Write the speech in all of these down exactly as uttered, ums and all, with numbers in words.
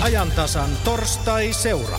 ajantasan torstai-seura.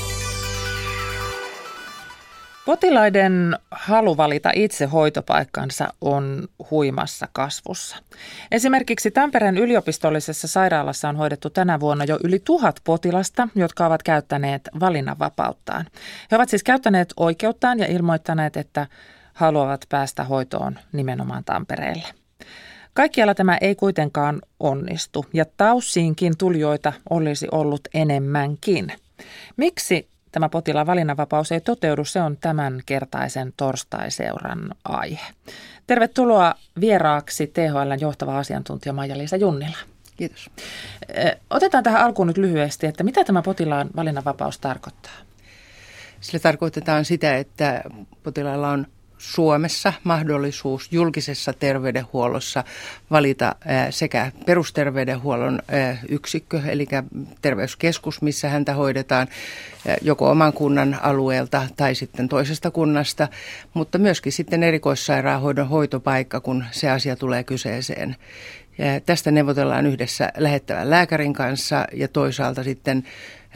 Potilaiden halu valita itse hoitopaikkansa on huimassa kasvussa. Esimerkiksi Tampereen yliopistollisessa sairaalassa on hoidettu tänä vuonna jo yli tuhat potilasta, jotka ovat käyttäneet valinnanvapauttaan. He ovat siis käyttäneet oikeuttaan ja ilmoittaneet, että haluavat päästä hoitoon nimenomaan Tampereelle. Kaikkialla tämä ei kuitenkaan onnistu ja Taussiinkin tulijoita olisi ollut enemmänkin. Miksi tämä potilaan valinnanvapaus ei toteudu, se on tämän kertaisen torstai-seuran aihe. Tervetuloa vieraaksi T H L:n johtava asiantuntija Maija-Liisa Junnila. Kiitos. Otetaan tähän alkuun nyt lyhyesti, että mitä tämä potilaan valinnanvapaus tarkoittaa? Sillä tarkoitetaan sitä, että potilailla on Suomessa mahdollisuus julkisessa terveydenhuollossa valita sekä perusterveydenhuollon yksikkö, eli terveyskeskus, missä häntä hoidetaan joko oman kunnan alueelta tai sitten toisesta kunnasta, mutta myöskin sitten erikoissairaanhoidon hoitopaikka, kun se asia tulee kyseeseen. Ja tästä neuvotellaan yhdessä lähettävän lääkärin kanssa ja toisaalta sitten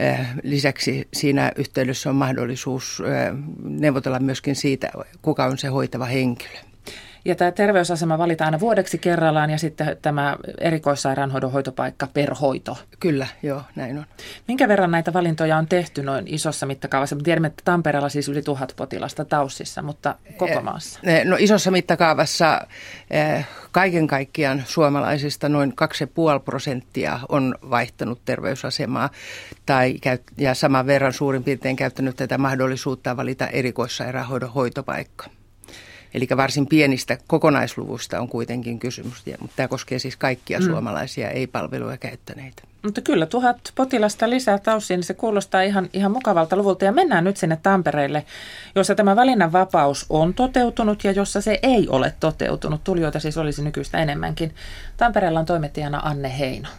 lisäksi siinä yhteydessä on mahdollisuus neuvotella myöskin siitä, kuka on se hoitava henkilö. Ja tämä terveysasema valitaan aina vuodeksi kerrallaan ja sitten tämä erikoissairaanhoidon hoitopaikka per hoito. Kyllä, joo, näin on. Minkä verran näitä valintoja on tehty noin isossa mittakaavassa? Me tiedämme, että Tampereella siis yli tuhat potilasta Taussissa, mutta koko maassa. No isossa mittakaavassa kaiken kaikkiaan suomalaisista noin kaksi pilkku viisi prosenttia on vaihtanut terveysasemaa tai, ja saman verran suurin piirtein käyttänyt tätä mahdollisuutta valita erikoissairaanhoidon hoitopaikka. Eli varsin pienistä kokonaisluvusta on kuitenkin kysymys, mutta tämä koskee siis kaikkia mm. suomalaisia ei-palveluja käyttäneitä. Mutta kyllä tuhat potilasta lisää Taussiin, niin se kuulostaa ihan, ihan mukavalta luvulta. Ja mennään nyt sinne Tampereelle, jossa tämä valinnanvapaus on toteutunut ja jossa se ei ole toteutunut. Tulijoita siis olisi nykyistä enemmänkin. Tampereella on toimittajana Anne Heino.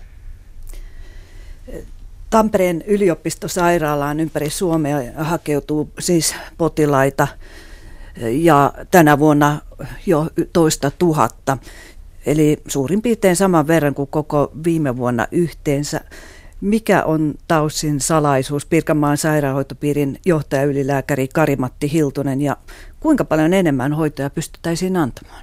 Tampereen yliopistosairaalaan ympäri Suomea hakeutuu siis potilaita. Ja tänä vuonna jo toista tuhatta, eli suurin piirtein saman verran kuin koko viime vuonna yhteensä. Mikä on Taussin salaisuus, Pirkanmaan sairaanhoitopiirin johtajaylilääkäri Kari-Matti Hiltunen, ja kuinka paljon enemmän hoitoja pystyttäisiin antamaan?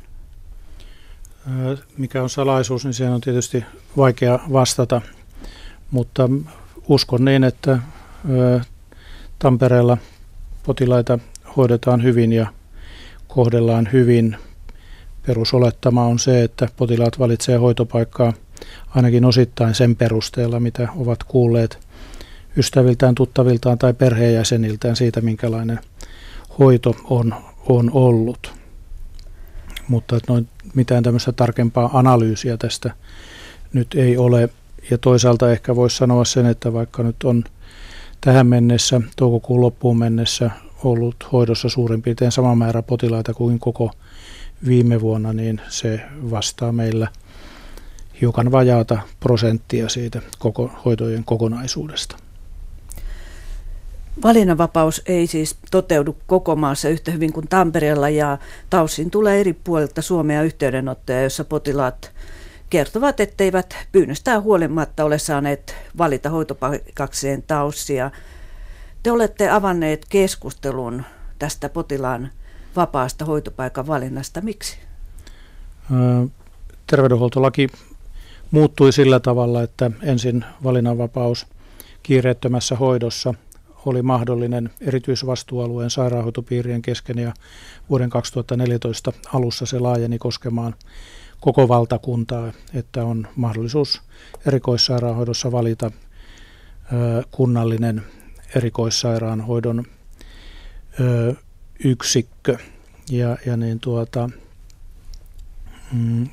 Mikä on salaisuus, niin siihen on tietysti vaikea vastata, mutta uskon niin, että Tampereella potilaita hoidetaan hyvin ja kohdellaan hyvin. Perusolettama on se, että potilaat valitsee hoitopaikkaa ainakin osittain sen perusteella, mitä ovat kuulleet ystäviltään, tuttaviltaan tai perheenjäseniltään siitä, minkälainen hoito on, on ollut. Mutta noin mitään tämmöistä tarkempaa analyysiä tästä nyt ei ole. Ja toisaalta ehkä voisi sanoa sen, että vaikka nyt on tähän mennessä, toukokuun loppuun mennessä, ollut hoidossa suurin piirtein sama määrä potilaita kuin koko viime vuonna, niin se vastaa meillä hiukan vajaata prosenttia siitä koko hoitojen kokonaisuudesta. Valinnanvapaus ei siis toteudu koko maassa yhtä hyvin kuin Tampereella, ja Taussiin tulee eri puolilta Suomea yhteydenottoja, joissa potilaat kertovat, etteivät pyynnöstään huolimatta ole saaneet valita hoitopaikakseen Taussia. Te olette avanneet keskustelun tästä potilaan vapaasta hoitopaikan valinnasta. Miksi? Terveydenhuoltolaki muuttui sillä tavalla, että ensin valinnanvapaus kiireettömässä hoidossa oli mahdollinen erityisvastuualueen sairaanhoitopiirien kesken, ja vuoden kaksituhattaneljätoista alussa se laajeni koskemaan koko valtakuntaa, että on mahdollisuus erikoissairaanhoidossa valita kunnallinen erikoissairaanhoidon ö, yksikkö. Ja, ja niin tuota, mm,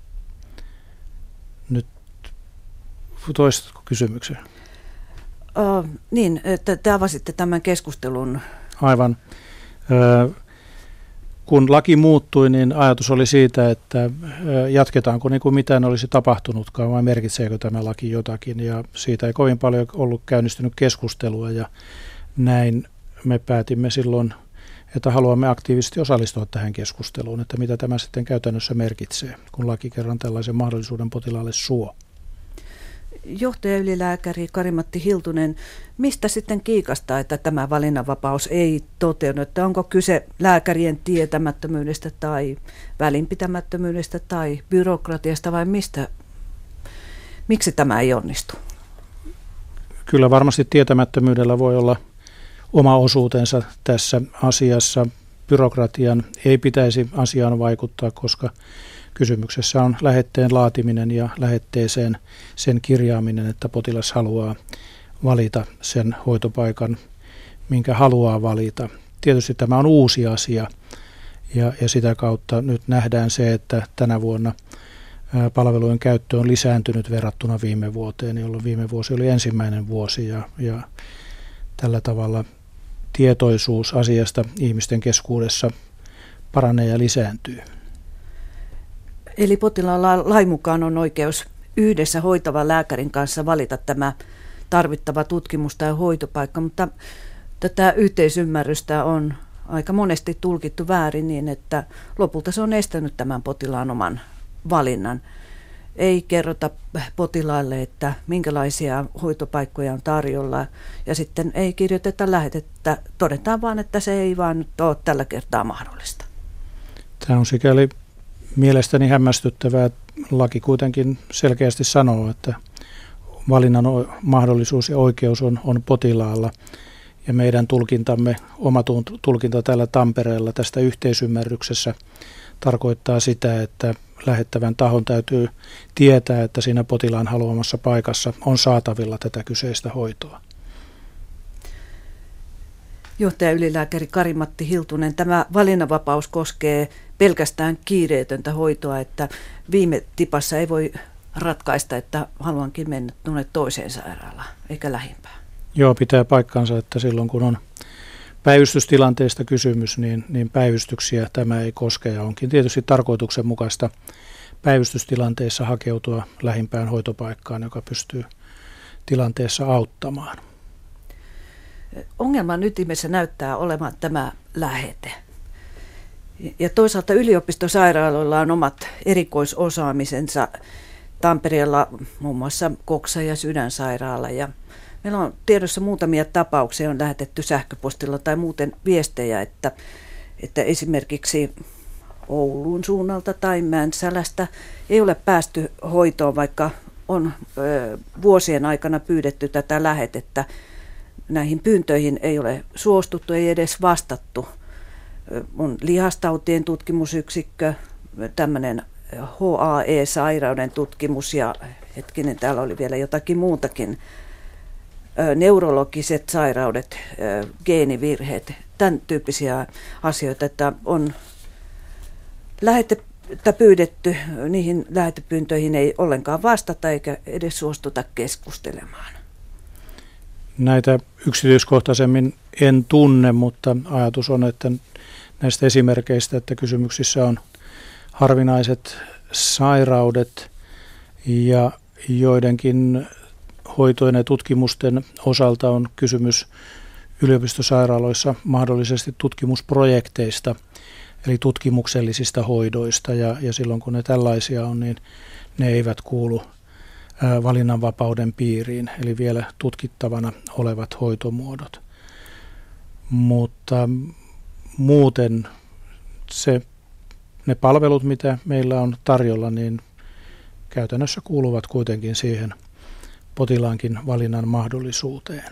nyt toistatko kysymyksen? Uh, niin, että te avasitte tämän keskustelun. Aivan. Ö, kun laki muuttui, niin ajatus oli siitä, että jatketaanko niin kuin mitään olisi tapahtunutkaan vai merkitseekö tämä laki jotakin. Ja siitä ei kovin paljon ollut käynnistynyt keskustelua, ja näin me päätimme silloin, että haluamme aktiivisesti osallistua tähän keskusteluun, että mitä tämä sitten käytännössä merkitsee, kun laki kerran tällaisen mahdollisuuden potilaalle suo. Johtajaylilääkäri Kari-Matti Hiltunen, mistä sitten kiikastaa, että tämä valinnanvapaus ei toteudu? Että onko kyse lääkärien tietämättömyydestä tai välinpitämättömyydestä tai byrokratiasta vai mistä? Miksi tämä ei onnistu? Kyllä varmasti tietämättömyydellä voi olla oma osuutensa tässä asiassa. Byrokratian ei pitäisi asiaan vaikuttaa, koska kysymyksessä on lähetteen laatiminen ja lähetteeseen sen kirjaaminen, että potilas haluaa valita sen hoitopaikan, minkä haluaa valita. Tietysti tämä on uusi asia ja, ja sitä kautta nyt nähdään se, että tänä vuonna palvelujen käyttö on lisääntynyt verrattuna viime vuoteen, jolloin viime vuosi oli ensimmäinen vuosi ja, ja tällä tavalla tietoisuus asiasta ihmisten keskuudessa paranee ja lisääntyy. Eli potilaalla lain mukaan on oikeus yhdessä hoitavan lääkärin kanssa valita tämä tarvittava tutkimus tai hoitopaikka, mutta tätä yhteisymmärrystä on aika monesti tulkittu väärin niin, että lopulta se on estänyt tämän potilaan oman valinnan. Ei kerrota potilaalle, että minkälaisia hoitopaikkoja on tarjolla ja sitten ei kirjoiteta lähetettä. Todetaan vaan, että se ei vaan nyt ole tällä kertaa mahdollista. Tämä on sikäli mielestäni hämmästyttävää. Laki kuitenkin selkeästi sanoo, että valinnan mahdollisuus ja oikeus on, on potilaalla. Ja meidän tulkintamme, oma tulkinta täällä Tampereella tästä yhteisymmärryksessä tarkoittaa sitä, että lähettävän tahon täytyy tietää, että siinä potilaan haluamassa paikassa on saatavilla tätä kyseistä hoitoa. Johtajaylilääkäri Kari-Matti Hiltunen, tämä valinnanvapaus koskee pelkästään kiireetöntä hoitoa, että viime tipassa ei voi ratkaista, että haluankin mennä tuonne toiseen sairaalaan, eikä lähimpään. Joo, pitää paikkansa, että silloin kun on päivystystilanteesta kysymys, niin, niin päivystyksiä tämä ei koske ja onkin tietysti tarkoituksenmukaista päivystystilanteessa hakeutua lähimpään hoitopaikkaan, joka pystyy tilanteessa auttamaan. Ongelman ytimessä näyttää olevan tämä lähete. Ja toisaalta yliopistosairaaloilla on omat erikoisosaamisensa. Tampereella muun muassa Koksa ja Sydänsairaala. Ja meillä on tiedossa muutamia tapauksia, on lähetetty sähköpostilla tai muuten viestejä, että, että esimerkiksi Oulun suunnalta tai Mäntsälästä ei ole päästy hoitoon, vaikka on ö, vuosien aikana pyydetty tätä lähetettä. Näihin pyyntöihin ei ole suostuttu, ei edes vastattu. On lihastautien tutkimusyksikkö, tämmöinen H A E-sairauden tutkimus ja hetkinen, täällä oli vielä jotakin muutakin. Neurologiset sairaudet, geenivirheet, tämän tyyppisiä asioita, että on lähetettä pyydetty, niihin lähetepyyntöihin ei ollenkaan vastata eikä edes suostuta keskustelemaan. Näitä yksityiskohtaisemmin en tunne, mutta ajatus on, että näistä esimerkkeistä, että kysymyksissä on harvinaiset sairaudet ja joidenkin hoitojen ja tutkimusten osalta on kysymys yliopistosairaaloissa mahdollisesti tutkimusprojekteista, eli tutkimuksellisista hoidoista, ja, ja silloin kun ne tällaisia on, niin ne eivät kuulu ää, valinnanvapauden piiriin, eli vielä tutkittavana olevat hoitomuodot. Mutta muuten se, ne palvelut, mitä meillä on tarjolla, niin käytännössä kuuluvat kuitenkin siihen potilaankin valinnan mahdollisuuteen.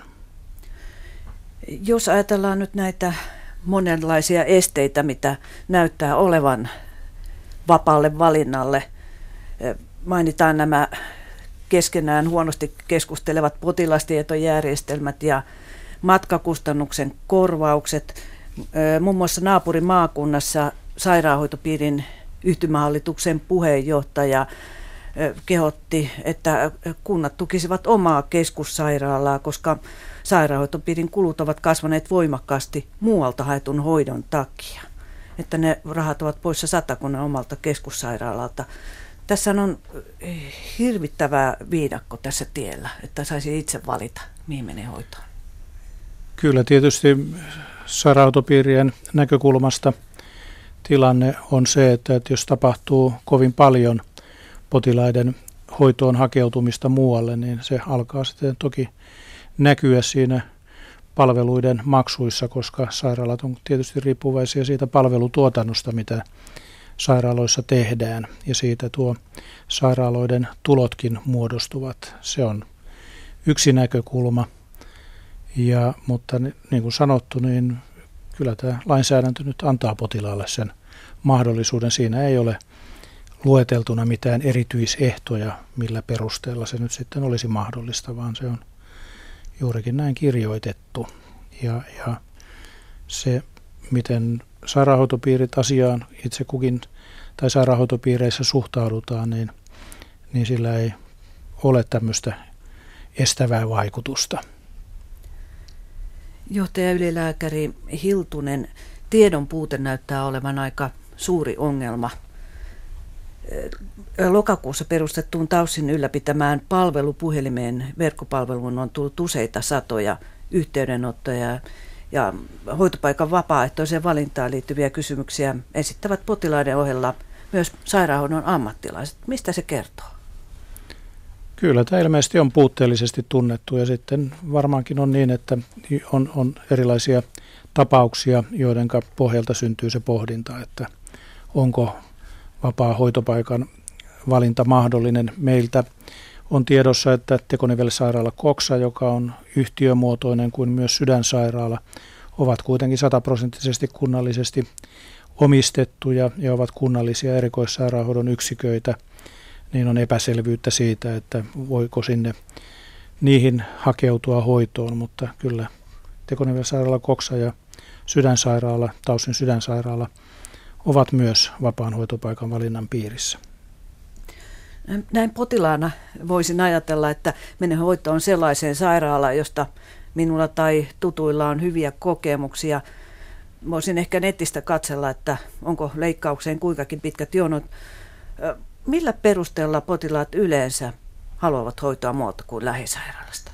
Jos ajatellaan nyt näitä monenlaisia esteitä, mitä näyttää olevan vapaalle valinnalle, mainitaan nämä keskenään huonosti keskustelevat potilastietojärjestelmät ja matkakustannuksen korvaukset. Muun muassa naapurimaakunnassa sairaanhoitopiirin yhtymähallituksen puheenjohtaja kehotti, että kunnat tukisivat omaa keskussairaalaa, koska sairaanhoitopiirin kulut ovat kasvaneet voimakkaasti muualta haetun hoidon takia. Että ne rahat ovat poissa Satakunnan omalta keskussairaalalta. Tässä on hirvittävä viidakko tässä tiellä, että saisi itse valita, mihin menee hoitoon. Kyllä tietysti sairaanhoitopiirien näkökulmasta tilanne on se, että jos tapahtuu kovin paljon potilaiden hoitoon hakeutumista muualle, niin se alkaa sitten toki näkyä siinä palveluiden maksuissa, koska sairaalat on tietysti riippuvaisia siitä palvelutuotannosta, mitä sairaaloissa tehdään, ja siitä tuo sairaaloiden tulotkin muodostuvat. Se on yksi näkökulma, ja, mutta niin kuin sanottu, niin kyllä tämä lainsäädäntö nyt antaa potilaalle sen mahdollisuuden. Siinä ei ole lueteltuna mitään erityisehtoja, millä perusteella se nyt sitten olisi mahdollista, vaan se on juurikin näin kirjoitettu. Ja, ja se, miten sairaanhoitopiirit asiaan itse kukin tai sairaanhoitopiireissä suhtaudutaan, niin, niin sillä ei ole tämmöistä estävää vaikutusta. Johtaja ylilääkäri Hiltunen, tiedon puute näyttää olevan aika suuri ongelma. Lokakuussa perustettuun TAYSin ylläpitämään palvelupuhelimeen verkkopalveluun on tullut useita satoja yhteydenottoja ja hoitopaikan vapaaehtoiseen valintaan liittyviä kysymyksiä esittävät potilaiden ohella myös sairaanhoidon ammattilaiset. Mistä se kertoo? Kyllä, tämä ilmeisesti on puutteellisesti tunnettu ja sitten varmaankin on niin, että on, on erilaisia tapauksia, joiden pohjalta syntyy se pohdinta, että onko vapaa hoitopaikan valinta mahdollinen. Meiltä on tiedossa, että Tekonivelsairaala Coxa, joka on yhtiömuotoinen kuin myös Sydänsairaala, ovat kuitenkin sataprosenttisesti kunnallisesti omistettuja ja ovat kunnallisia erikoissairaanhoidon yksiköitä, niin on epäselvyyttä siitä, että voiko sinne niihin hakeutua hoitoon, mutta kyllä Tekonivelsairaala Coxa ja Sydänsairaala, TAYSin Sydänsairaala ovat myös vapaan hoitopaikan valinnan piirissä. Näin potilaana voisin ajatella, että menen hoitoon sellaiseen sairaalaan, josta minulla tai tutuilla on hyviä kokemuksia. Voisin ehkä netistä katsella, että onko leikkaukseen kuinkakin pitkät jonot. Millä perusteella potilaat yleensä haluavat hoitoa muualta kuin lähisairaalasta?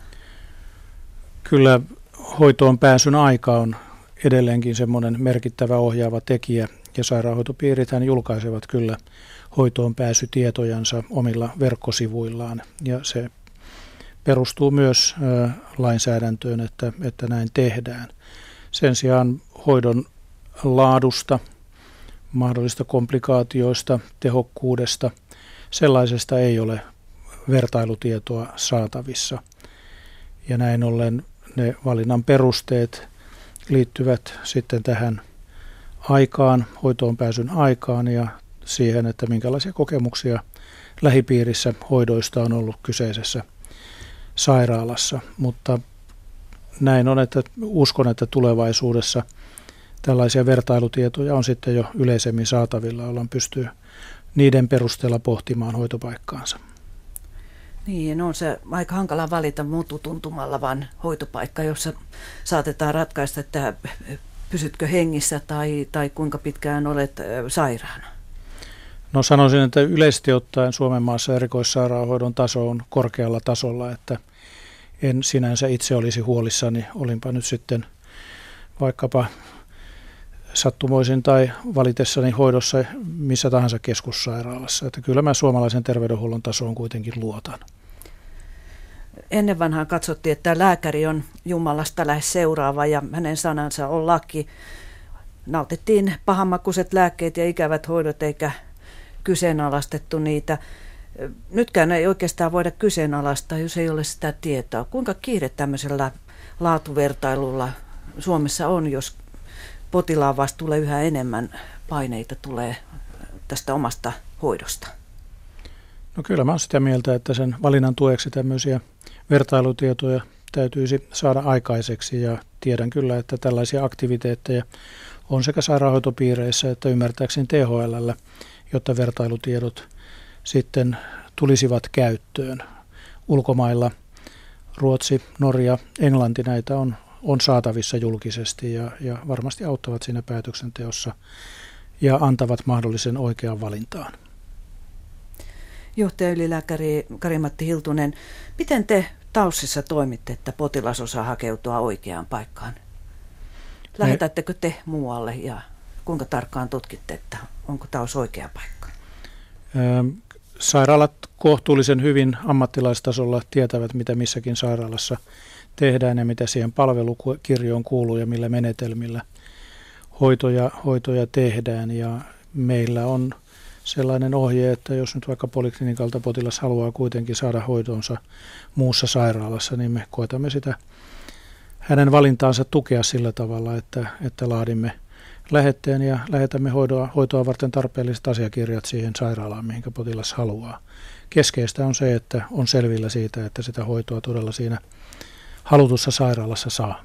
Kyllä hoitoon pääsyn aika on edelleenkin semmoinen merkittävä ohjaava tekijä, ja sairaanhoitopiirithän julkaisevat kyllä hoitoon pääsytietojansa omilla verkkosivuillaan, ja se perustuu myös ö, lainsäädäntöön, että, että näin tehdään. Sen sijaan hoidon laadusta, mahdollista komplikaatioista, tehokkuudesta, sellaisesta ei ole vertailutietoa saatavissa. Ja näin ollen ne valinnan perusteet liittyvät sitten tähän aikaan, hoitoon pääsyn aikaan ja siihen, että minkälaisia kokemuksia lähipiirissä hoidoista on ollut kyseisessä sairaalassa. Mutta näin on, että uskon, että tulevaisuudessa tällaisia vertailutietoja on sitten jo yleisemmin saatavilla, jolloin pystyy niiden perusteella pohtimaan hoitopaikkaansa. Niin, on se aika hankala valita mututuntumalla vaan hoitopaikka, jossa saatetaan ratkaista, että pysytkö hengissä tai, tai kuinka pitkään olet sairaana. No sanoisin, että yleisesti ottaen Suomen maassa erikoissairaanhoidon taso on korkealla tasolla, että en sinänsä itse olisi huolissani, olinpa nyt sitten vaikkapa sattumoisin tai valitessani hoidossa missä tahansa keskussairaalassa. Että kyllä mä suomalaisen terveydenhuollon tasoon kuitenkin luotan. Ennen vanhaan katsottiin, että lääkäri on Jumalasta lähes seuraava ja hänen sanansa on laki. Nautittiin pahanmakuiset lääkkeet ja ikävät hoidot eikä kyseenalaistettu niitä. Nytkään ei oikeastaan voida kyseenalaistaa, jos ei ole sitä tietoa. Kuinka kiire tämmöisellä laatuvertailulla Suomessa on, jos potilaan vastuulle yhä enemmän paineita tulee tästä omasta hoidosta? No kyllä mä olen sitä mieltä, että sen valinnan tueksi tämmöisiä vertailutietoja täytyisi saada aikaiseksi ja tiedän kyllä, että tällaisia aktiviteetteja on sekä sairaanhoitopiireissä että ymmärtääkseni T H L:llä, jotta vertailutiedot sitten tulisivat käyttöön. Ulkomailla Ruotsi, Norja, Englanti näitä on, on saatavissa julkisesti ja, ja varmasti auttavat siinä päätöksenteossa ja antavat mahdollisen oikean valintaan. Johtaja ylilääkäri Kari-Matti Hiltunen, miten te TAYSissa toimitte, että potilas osaa hakeutua oikeaan paikkaan? Lähetättekö te muualle ja kuinka tarkkaan tutkitte, että onko TAYS oikea paikka? Sairaalat kohtuullisen hyvin ammattilaistasolla tietävät, mitä missäkin sairaalassa tehdään ja mitä siihen palvelukirjoon kuuluu ja millä menetelmillä hoitoja, hoitoja tehdään. Ja meillä on sellainen ohje, että jos nyt vaikka poliklinikalta potilas haluaa kuitenkin saada hoitonsa muussa sairaalassa, niin me koetamme sitä hänen valintaansa tukea sillä tavalla, että, että laadimme lähetteen ja lähetämme hoitoa, hoitoa varten tarpeelliset asiakirjat siihen sairaalaan, mihin potilas haluaa. Keskeistä on se, että on selvillä siitä, että sitä hoitoa todella siinä halutussa sairaalassa saa.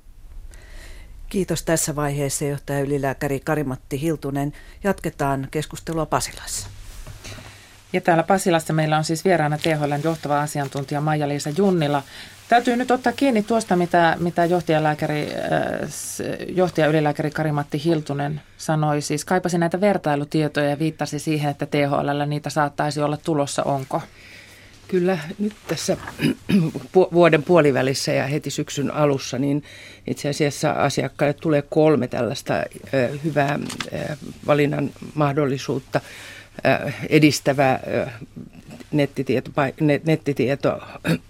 Kiitos tässä vaiheessa johtaja ylilääkäri Kari-Matti Hiltunen. Jatketaan keskustelua Pasilassa. Ja täällä Pasilassa meillä on siis vieraana T H L:n johtava asiantuntija Maija-Liisa Junnila. Täytyy nyt ottaa kiinni tuosta, mitä, mitä johtajalääkäri, johtaja-ylilääkäri Kari-Matti Hiltunen sanoi. Siis kaipasi näitä vertailutietoja ja viittasi siihen, että T H L:llä niitä saattaisi olla tulossa. Onko? Kyllä nyt tässä vuoden puolivälissä ja heti syksyn alussa, niin itse asiassa asiakkaille tulee kolme tällaista hyvää valinnan mahdollisuutta edistävää nettitieto, nettitieto,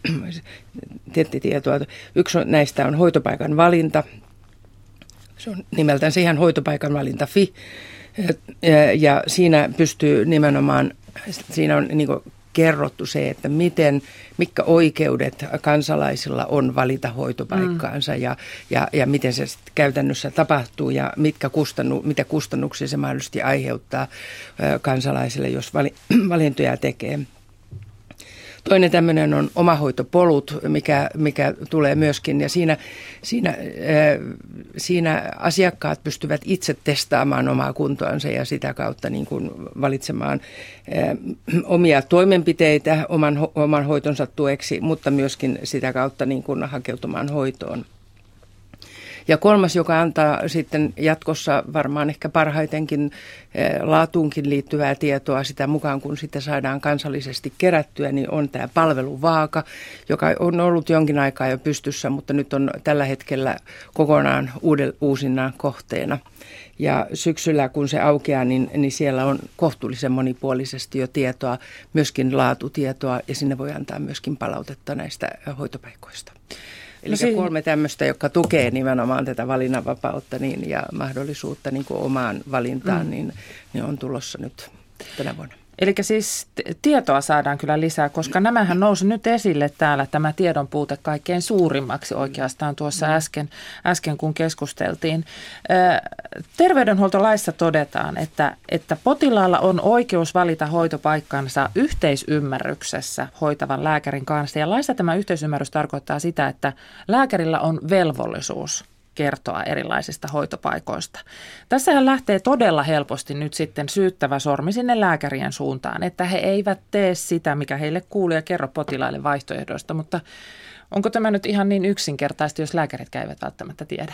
nettitietoa. Yksi näistä on hoitopaikan valinta. Se on nimeltään se ihan hoitopaikan valinta piste fi. Ja siinä pystyy nimenomaan, siinä on niin kuin kerrottu se, että miten, mitkä oikeudet kansalaisilla on valita hoitopaikkaansa mm. ja, ja, ja miten se käytännössä tapahtuu ja mitkä kustannu, mitä kustannuksia se mahdollisesti aiheuttaa kansalaisille, jos vali, valintoja tekee. Toinen tämmöinen on omahoitopolut, mikä, mikä tulee myöskin, ja siinä, siinä, siinä asiakkaat pystyvät itse testaamaan omaa kuntoansa ja sitä kautta niin kuin valitsemaan omia toimenpiteitä oman, oman hoitonsa tueksi, mutta myöskin sitä kautta niin kuin hakeutumaan hoitoon. Ja kolmas, joka antaa sitten jatkossa varmaan ehkä parhaitenkin laatuunkin liittyvää tietoa sitä mukaan, kun sitä saadaan kansallisesti kerättyä, niin on tämä palveluvaaka, joka on ollut jonkin aikaa jo pystyssä, mutta nyt on tällä hetkellä kokonaan uuden, uusinnan kohteena. Ja syksyllä, kun se aukeaa, niin, niin siellä on kohtuullisen monipuolisesti jo tietoa, myöskin laatutietoa, ja sinne voi antaa myöskin palautetta näistä hoitopaikoista. Eli no kolme tämmöistä, jotka tukee nimenomaan tätä valinnanvapautta niin, ja mahdollisuutta niin kuin omaan valintaan, mm. niin, niin on tulossa nyt tänä vuonna. Eli siis tietoa saadaan kyllä lisää, koska nämähän nousi nyt esille täällä, tämä tiedon puute kaikkein suurimmaksi oikeastaan tuossa mm. äsken, äsken, kun keskusteltiin. Terveydenhuoltolaissa todetaan, että, että potilaalla on oikeus valita hoitopaikkansa yhteisymmärryksessä hoitavan lääkärin kanssa. Ja laissa tämä yhteisymmärrys tarkoittaa sitä, että lääkärillä on velvollisuus kertoa erilaisista hoitopaikoista. Tässähän lähtee todella helposti nyt sitten syyttävä sormi sinne lääkärien suuntaan, että he eivät tee sitä, mikä heille kuuluu ja kerro potilaille vaihtoehdoista, mutta onko tämä nyt ihan niin yksinkertaista, jos lääkärit eivät välttämättä tiedä?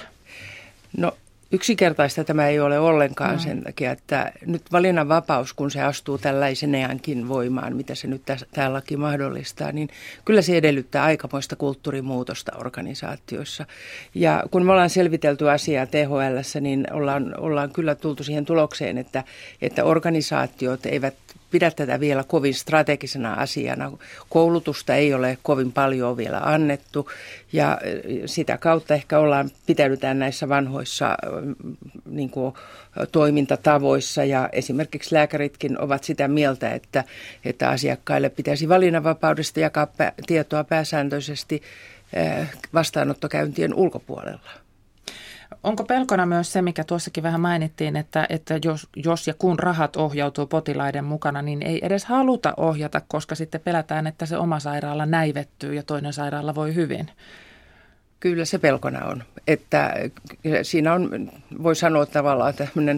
No yksinkertaista tämä ei ole ollenkaan no. sen takia, että nyt valinnanvapaus, kun se astuu tällaisenaankin voimaan, mitä se nyt tämä laki mahdollistaa, niin kyllä se edellyttää aikamoista kulttuurimuutosta organisaatioissa. Ja kun me ollaan selvitelty asiaa T H L:ssä, niin ollaan, ollaan kyllä tultu siihen tulokseen, että, että organisaatiot eivät pidä tätä vielä kovin strategisena asiana. Koulutusta ei ole kovin paljon vielä annettu ja sitä kautta ehkä ollaan, pitäydytään näissä vanhoissa niin kuin, toimintatavoissa ja esimerkiksi lääkäritkin ovat sitä mieltä, että, että asiakkaille pitäisi valinnanvapaudesta jakaa pä- tietoa pääsääntöisesti vastaanottokäyntien ulkopuolella. Onko pelkona myös se, mikä tuossakin vähän mainittiin, että, että jos, jos ja kun rahat ohjautuu potilaiden mukana, niin ei edes haluta ohjata, koska sitten pelätään, että se oma sairaala näivettyy ja toinen sairaala voi hyvin? Kyllä se pelkona on. Että siinä on, voi sanoa tavallaan tämmöinen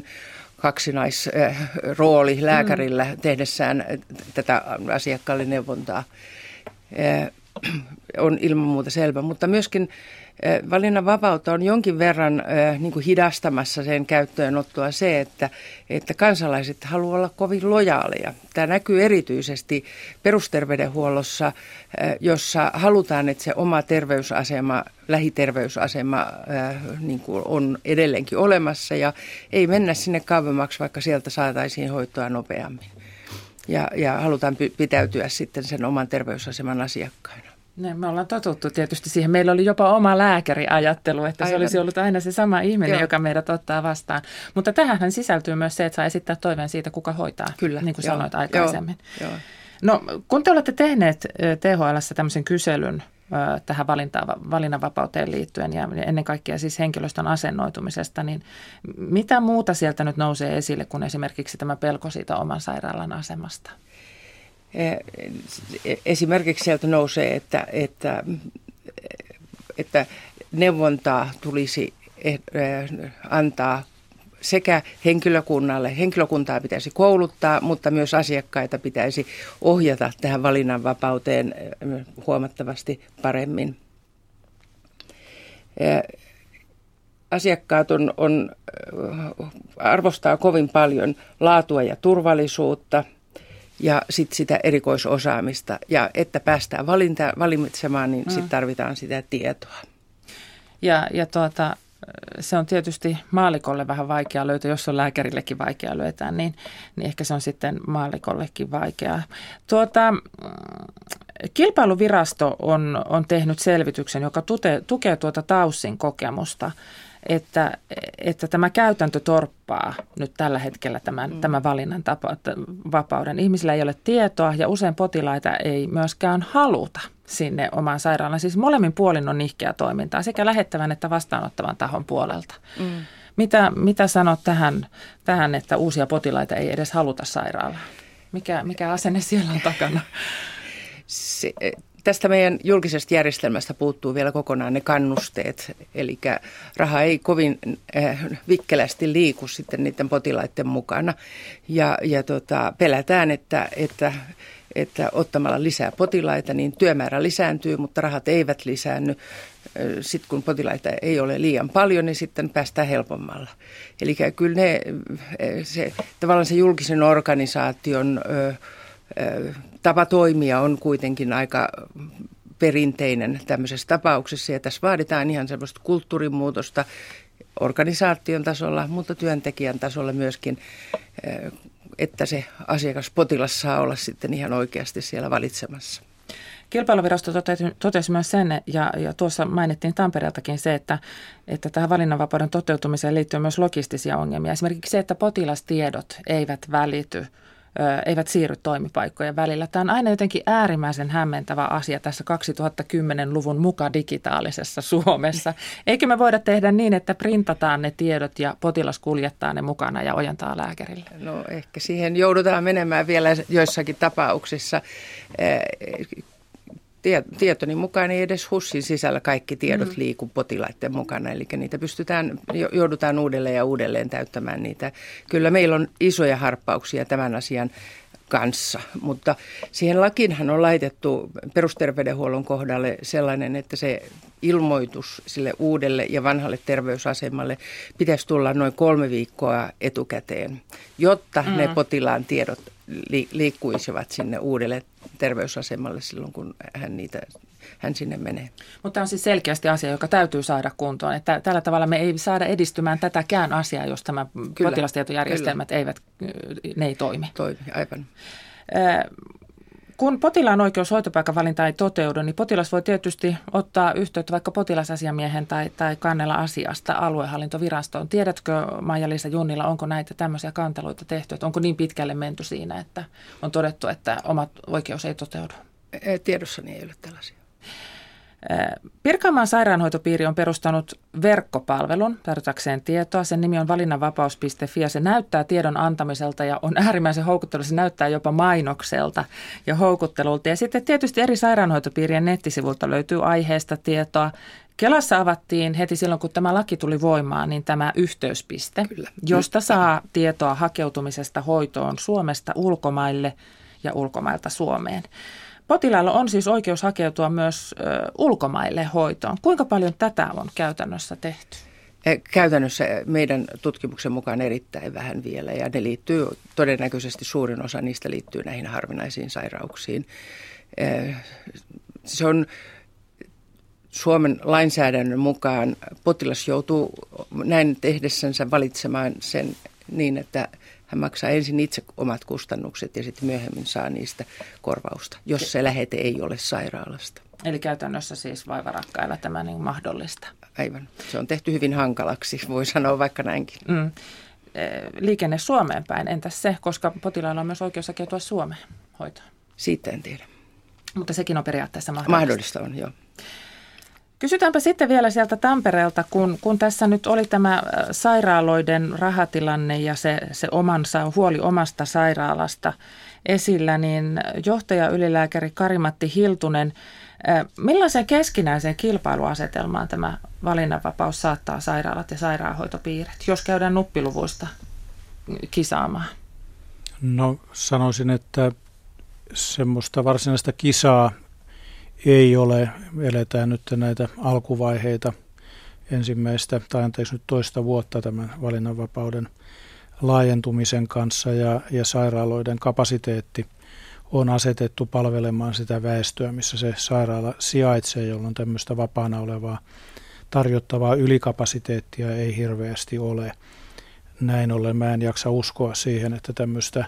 kaksinaisrooli lääkärillä mm. tehdessään tätä asiakkaalle neuvontaa. On ilman muuta selvä, mutta myöskin valinnanvapautta on jonkin verran niin kuin hidastamassa sen käyttöönottoa se, että, että kansalaiset haluavat olla kovin lojaaleja. Tämä näkyy erityisesti perusterveydenhuollossa, jossa halutaan, että se oma terveysasema, lähiterveysasema niin kuin on edelleenkin olemassa ja ei mennä sinne kauemmaksi, vaikka sieltä saataisiin hoitoa nopeammin. ja, ja halutaan py, pitäytyä sitten sen oman terveysaseman asiakkaina. Ne, me ollaan totuttu tietysti siihen. Meillä oli jopa oma lääkäriajattelu, että Aivan. se olisi ollut aina se sama ihminen, Joo. joka meidät ottaa vastaan. Mutta tähän sisältyy myös se, että saa esittää toiveen siitä, kuka hoitaa, Kyllä. niin kuin Joo. sanoit aikaisemmin. Joo. Joo. No, kun te olette tehneet T H L:ssä tämmöisen kyselyn tähän valinnanvapauteen liittyen ja ennen kaikkea siis henkilöstön asennoitumisesta, niin mitä muuta sieltä nyt nousee esille kuin esimerkiksi tämä pelko siitä oman sairaalan asemasta? Esimerkiksi sieltä nousee, että, että, että neuvontaa tulisi antaa sekä henkilökunnalle, henkilökuntaa pitäisi kouluttaa, mutta myös asiakkaita pitäisi ohjata tähän valinnanvapauteen huomattavasti paremmin. Asiakkaat on, on, arvostaa kovin paljon laatua ja turvallisuutta ja sit sitä erikoisosaamista. Ja että päästään valinta, valitsemaan, niin mm. sitten tarvitaan sitä tietoa. Ja, ja tuota... Se on tietysti maallikolle vähän vaikea löytää, jos on lääkärillekin vaikea löytää, niin, niin ehkä se on sitten maallikollekin vaikeaa. Tuota, Kilpailuvirasto on, on tehnyt selvityksen, joka tute, tukee tuota TAYSin kokemusta, että, että tämä käytäntö torppaa nyt tällä hetkellä tämän, mm. tämän valinnan tapa, vapauden. Ihmisillä ei ole tietoa ja usein potilaita ei myöskään haluta sinne omaan sairaalaan. Siis molemmin puolin on nihkeä toimintaa sekä lähettävän että vastaanottavan tahon puolelta. Mm. Mitä, mitä sanot tähän, tähän, että uusia potilaita ei edes haluta sairaalaan? Mikä, mikä asenne siellä on takana? Se, tästä meidän julkisesta järjestelmästä puuttuu vielä kokonaan ne kannusteet. Eli raha ei kovin äh, vikkelästi liiku sitten niiden potilaiden mukana. Ja, ja tota, pelätään, että... että että ottamalla lisää potilaita, niin työmäärä lisääntyy, mutta rahat eivät lisäänny. Sitten kun potilaita ei ole liian paljon, niin sitten päästään helpommalla. Eli kyllä ne, se, tavallaan se julkisen organisaation ö, ö, tapa toimia on kuitenkin aika perinteinen tämmöisessä tapauksessa. Ja tässä vaaditaan ihan semmoista kulttuurimuutosta organisaation tasolla, mutta työntekijän tasolla myöskin, että se asiakas, potilas saa olla sitten ihan oikeasti siellä valitsemassa. Kilpailuvirasto totesi, totesi myös sen, ja, ja tuossa mainittiin Tampereeltakin se, että, että tähän valinnanvapauden toteutumiseen liittyy myös logistisia ongelmia. Esimerkiksi se, että potilastiedot eivät välity, ö, eivät siirry toimipaikkojen välillä. Tämä on aina jotenkin äärimmäisen hämmentävä asia tässä kaksituhattakymmenluvun muka digitaalisessa Suomessa. Eikö me voida tehdä niin, että printataan ne tiedot ja potilas kuljettaa ne mukana ja ojentaa lääkärille? No ehkä siihen joudutaan menemään vielä joissakin tapauksissa. Tietoni mukaan ei edes HUSin sisällä kaikki tiedot mm. liiku potilaiden mukana, eli niitä pystytään, joudutaan uudelleen ja uudelleen täyttämään niitä. Kyllä meillä on isoja harppauksia tämän asian kanssa, mutta siihen lakiinhan on laitettu perusterveydenhuollon kohdalle sellainen, että se ilmoitus sille uudelle ja vanhalle terveysasemalle pitäisi tulla noin kolme viikkoa etukäteen, jotta mm. ne potilaan tiedot li- liikkuisivat sinne uudelle terveysasemalle silloin, kun hän, niitä, hän sinne menee. Mutta tämä on siis selkeästi asia, joka täytyy saada kuntoon. Että tällä tavalla me ei saada edistymään tätäkään asiaa, jos tämä kyllä, potilastietojärjestelmät kyllä. eivät, ne ei toimi. Toimi, aivan. Kun potilaan oikeus hoitopaikan valinta ei toteudu, niin potilas voi tietysti ottaa yhteyttä vaikka potilasasiamiehen tai, tai kannella asiasta aluehallintovirastoon. Tiedätkö, Maija-Liisa Junnila, onko näitä tämmöisiä kanteluita tehty? Että onko niin pitkälle menty siinä, että on todettu, että oma oikeus ei toteudu? Tiedossani ei ole tällaisia. Pirkanmaan sairaanhoitopiiri on perustanut verkkopalvelun tarjotakseen tietoa. Sen nimi on valinnanvapaus piste fi ja se näyttää tiedon antamiselta ja on äärimmäisen houkutteleva. Se näyttää jopa mainokselta ja houkuttelulta. Ja sitten tietysti eri sairaanhoitopiirien nettisivulta löytyy aiheesta tietoa. Kelassa avattiin heti silloin, kun tämä laki tuli voimaan, niin tämä yhteyspiste, Kyllä. josta saa tietoa hakeutumisesta hoitoon Suomesta ulkomaille ja ulkomailta Suomeen. Potilailla on siis oikeus hakeutua myös ö, ulkomaille hoitoon. Kuinka paljon tätä on käytännössä tehty? Käytännössä meidän tutkimuksen mukaan erittäin vähän vielä ja ne liittyy, todennäköisesti suurin osa niistä liittyy näihin harvinaisiin sairauksiin. Se on Suomen lainsäädännön mukaan potilas joutuu näin tehdessänsä valitsemaan sen niin, että hän maksaa ensin itse omat kustannukset ja sitten myöhemmin saa niistä korvausta, jos se lähete ei ole sairaalasta. Eli käytännössä siis vaivarakkailla tämä niin mahdollista. Aivan. Se on tehty hyvin hankalaksi, voi sanoa vaikka näinkin. Mm. Liikenne Suomeen päin, entäs se, koska potilailla on myös oikeus hakeutua Suomeen hoitoon? Siitä en tiedä. Mutta sekin on periaatteessa mahdollista. Mahdollista on, joo. Kysytäänpä sitten vielä sieltä Tampereelta, kun, kun tässä nyt oli tämä sairaaloiden rahatilanne ja se, se omansa, huoli omasta sairaalasta esillä, niin johtaja ylilääkäri Kari-Matti Hiltunen, millaiseen keskinäiseen kilpailuasetelmaan tämä valinnanvapaus saattaa sairaalat ja sairaanhoitopiirit, jos käydään nuppiluvuista kisaamaan? No sanoisin, että semmoista varsinaista kisaa ei ole. Eletään nyt näitä alkuvaiheita ensimmäistä tai anteeksi nyt toista vuotta tämän valinnanvapauden laajentumisen kanssa ja, ja sairaaloiden kapasiteetti on asetettu palvelemaan sitä väestöä, missä se sairaala sijaitsee, jolloin tämmöistä vapaana olevaa tarjottavaa ylikapasiteettia ei hirveästi ole. Näin ollen mä en jaksa uskoa siihen, että tämmöistä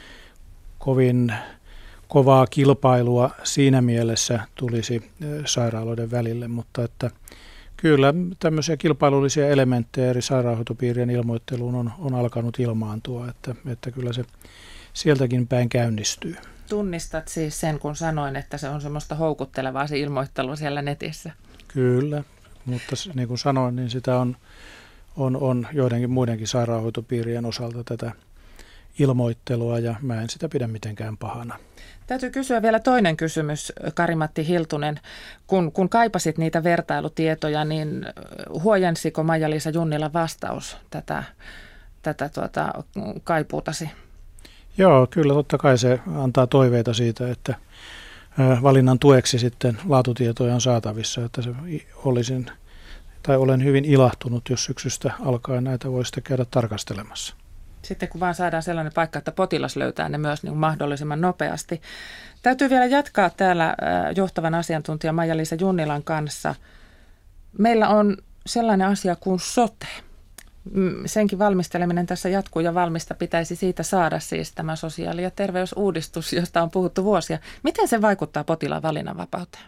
kovin kovaa kilpailua siinä mielessä tulisi sairaaloiden välille, mutta että kyllä tämmöisiä kilpailullisia elementtejä eri sairaanhoitopiirien ilmoitteluun on, on alkanut ilmaantua, että, että kyllä se sieltäkin päin käynnistyy. Tunnistat siis sen, kun sanoin, että se on semmoista houkuttelevaa se ilmoittelu siellä netissä. Kyllä, mutta niin kuin sanoin, niin sitä on, on, on joidenkin muidenkin sairaanhoitopiirien osalta tätä ilmoittelua ja mä en sitä pidä mitenkään pahana. Täytyy kysyä vielä toinen kysymys, Kari-Matti Hiltunen. Kun, kun kaipasit niitä vertailutietoja, niin huojensiko Maija-Liisa Junnilan vastaus tätä, tätä tuota, kaipuutasi? Joo, kyllä totta kai se antaa toiveita siitä, että valinnan tueksi sitten laatutietoja on saatavissa, että se olisin, tai olen hyvin ilahtunut, jos syksystä alkaen näitä voi sitten käydä tarkastelemassa. Sitten kun vaan saadaan sellainen paikka, että potilas löytää ne myös niin mahdollisimman nopeasti. Täytyy vielä jatkaa täällä johtavan asiantuntijan Maija-Liisa Junnilan kanssa. Meillä on sellainen asia kuin sote. Senkin valmisteleminen tässä jatkuu ja valmista pitäisi siitä saada siis tämä sosiaali- ja terveysuudistus, josta on puhuttu vuosia. Miten se vaikuttaa potilaan valinnanvapauteen?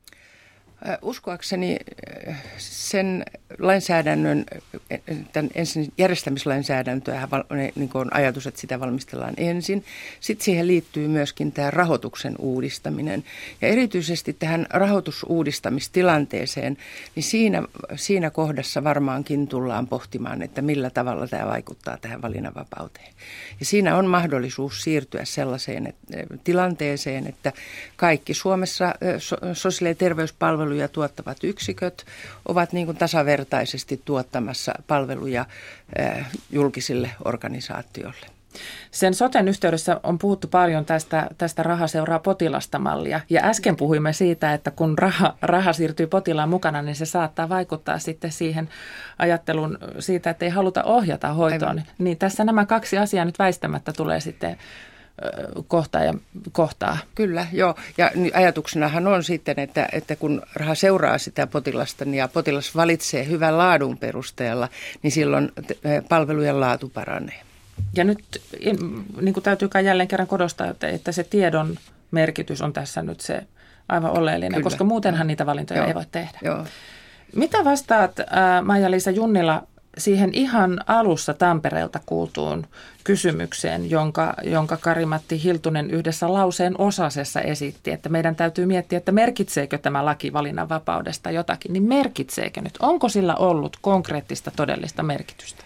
Uskoakseni sen lainsäädännön, tämän ensin järjestämislainsäädäntöä, niin kuin on ajatus, että sitä valmistellaan ensin. Sitten siihen liittyy myöskin tämä rahoituksen uudistaminen. Ja erityisesti tähän rahoitusuudistamistilanteeseen, niin siinä, siinä kohdassa varmaankin tullaan pohtimaan, että millä tavalla tämä vaikuttaa tähän valinnanvapauteen. Ja siinä on mahdollisuus siirtyä sellaiseen että, tilanteeseen, että kaikki Suomessa sosiaali- ja terveyspalvelut ja tuottavat yksiköt ovat niin kuin tasavertaisesti tuottamassa palveluja äh, julkisille organisaatioille. Sen soten yhteydessä on puhuttu paljon tästä, tästä raha seuraa potilasta mallia. Ja äsken puhuimme siitä, että kun raha, raha siirtyy potilaan mukana, niin se saattaa vaikuttaa sitten siihen ajattelun siitä, että ei haluta ohjata hoitoon. Aivan. Niin tässä nämä kaksi asiaa nyt väistämättä tulee sitten kohtaa ja kohtaa. Kyllä, joo. Ja ajatuksenahan on sitten, että, että kun raha seuraa sitä potilasta ja potilas valitsee hyvän laadun perusteella, niin silloin palvelujen laatu paranee. Ja nyt niin kuin täytyy kai jälleen kerran korostaa, että, että se tiedon merkitys on tässä nyt se aivan oleellinen, Kyllä. koska muutenhan niitä valintoja joo. ei voi tehdä. Joo. Mitä vastaat, äh, Maija-Liisa Junnila, siihen ihan alussa Tampereelta kuultuun kysymykseen, jonka, jonka Kari-Matti Hiltunen yhdessä lauseen osasessa esitti, että meidän täytyy miettiä, että merkitseekö tämä laki valinnanvapaudesta jotakin, niin merkitseekö nyt? Onko sillä ollut konkreettista todellista merkitystä?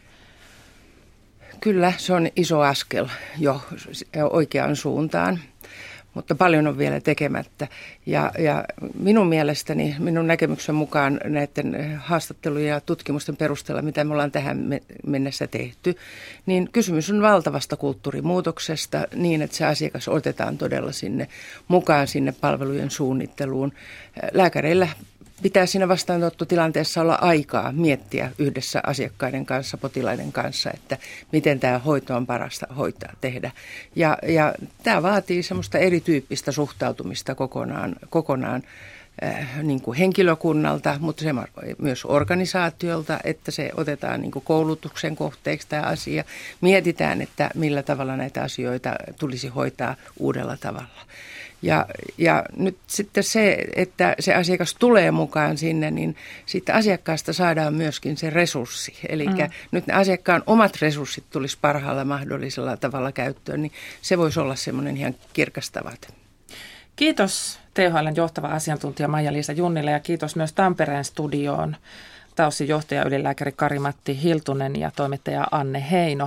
Kyllä, se on iso askel jo oikeaan suuntaan. Mutta paljon on vielä tekemättä. Ja, ja minun mielestäni, minun näkemyksen mukaan näiden haastattelujen ja tutkimusten perusteella, mitä me ollaan tähän mennessä tehty, niin kysymys on valtavasta kulttuurimuutoksesta niin, että se asiakas otetaan todella sinne mukaan sinne palvelujen suunnitteluun. Lääkäreillä pitää siinä vastaanottotilanteessa olla aikaa miettiä yhdessä asiakkaiden kanssa, potilaiden kanssa, että miten tämä hoito on parasta hoitaa, tehdä. Ja, ja tämä vaatii semmoista erityyppistä suhtautumista kokonaan, kokonaan äh, niin kuin henkilökunnalta, mutta se myös organisaatiolta, että se otetaan niin kuin koulutuksen kohteeksi tämä asia. Mietitään, että millä tavalla näitä asioita tulisi hoitaa uudella tavalla. Ja, ja nyt sitten se, että se asiakas tulee mukaan sinne, niin sitten asiakkaasta saadaan myöskin se resurssi. Eli mm. nyt ne asiakkaan omat resurssit tulisi parhaalla mahdollisella tavalla käyttöön, niin se voisi olla semmoinen ihan kirkastavat. Kiitos T H L:n johtava asiantuntija Maija-Liisa Junnila ja kiitos myös Tampereen studioon T A Y Sin johtaja ylilääkäri Kari-Matti Hiltunen ja toimittaja Anne Heino.